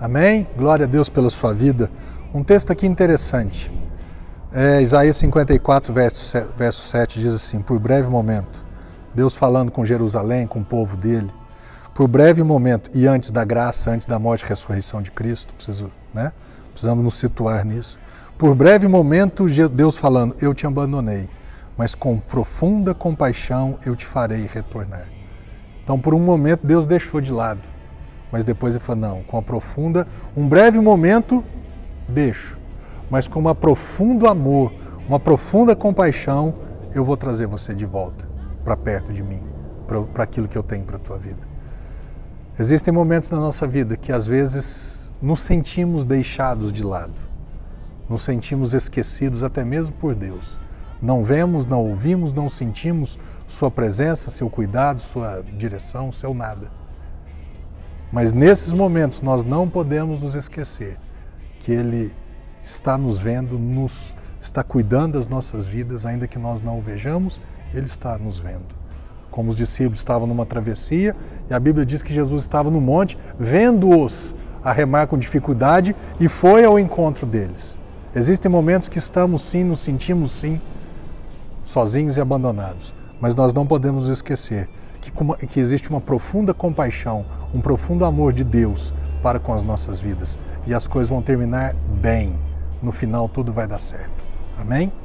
Amém? Glória a Deus pela sua vida. Um texto aqui interessante. Isaías 54, verso 7 diz assim: por breve momento, Deus falando com Jerusalém, com o povo dele, por breve momento, e antes da graça, antes da morte e ressurreição de Cristo, precisamos nos situar nisso. Por breve momento, Deus falando: eu te abandonei, mas com profunda compaixão eu te farei retornar. Então, por um momento, Deus deixou de lado, mas depois ele falou: não, um breve momento, deixo, mas com um profundo amor, uma profunda compaixão, eu vou trazer você de volta para perto de mim, para aquilo que eu tenho para a tua vida. Existem momentos na nossa vida que às vezes nos sentimos deixados de lado, nos sentimos esquecidos até mesmo por Deus. Não vemos, não ouvimos, não sentimos sua presença, seu cuidado, sua direção, seu nada. Mas nesses momentos nós não podemos nos esquecer que Ele está nos vendo, está cuidando das nossas vidas, ainda que nós não o vejamos, Ele está nos vendo. Como os discípulos estavam numa travessia, e a Bíblia diz que Jesus estava no monte, vendo-os a remar com dificuldade, e foi ao encontro deles. Existem momentos que estamos sim, nos sentimos sim, sozinhos e abandonados. Mas nós não podemos nos esquecer que existe uma profunda compaixão, um profundo amor de Deus para com as nossas vidas. E as coisas vão terminar bem. No final tudo vai dar certo. Amém?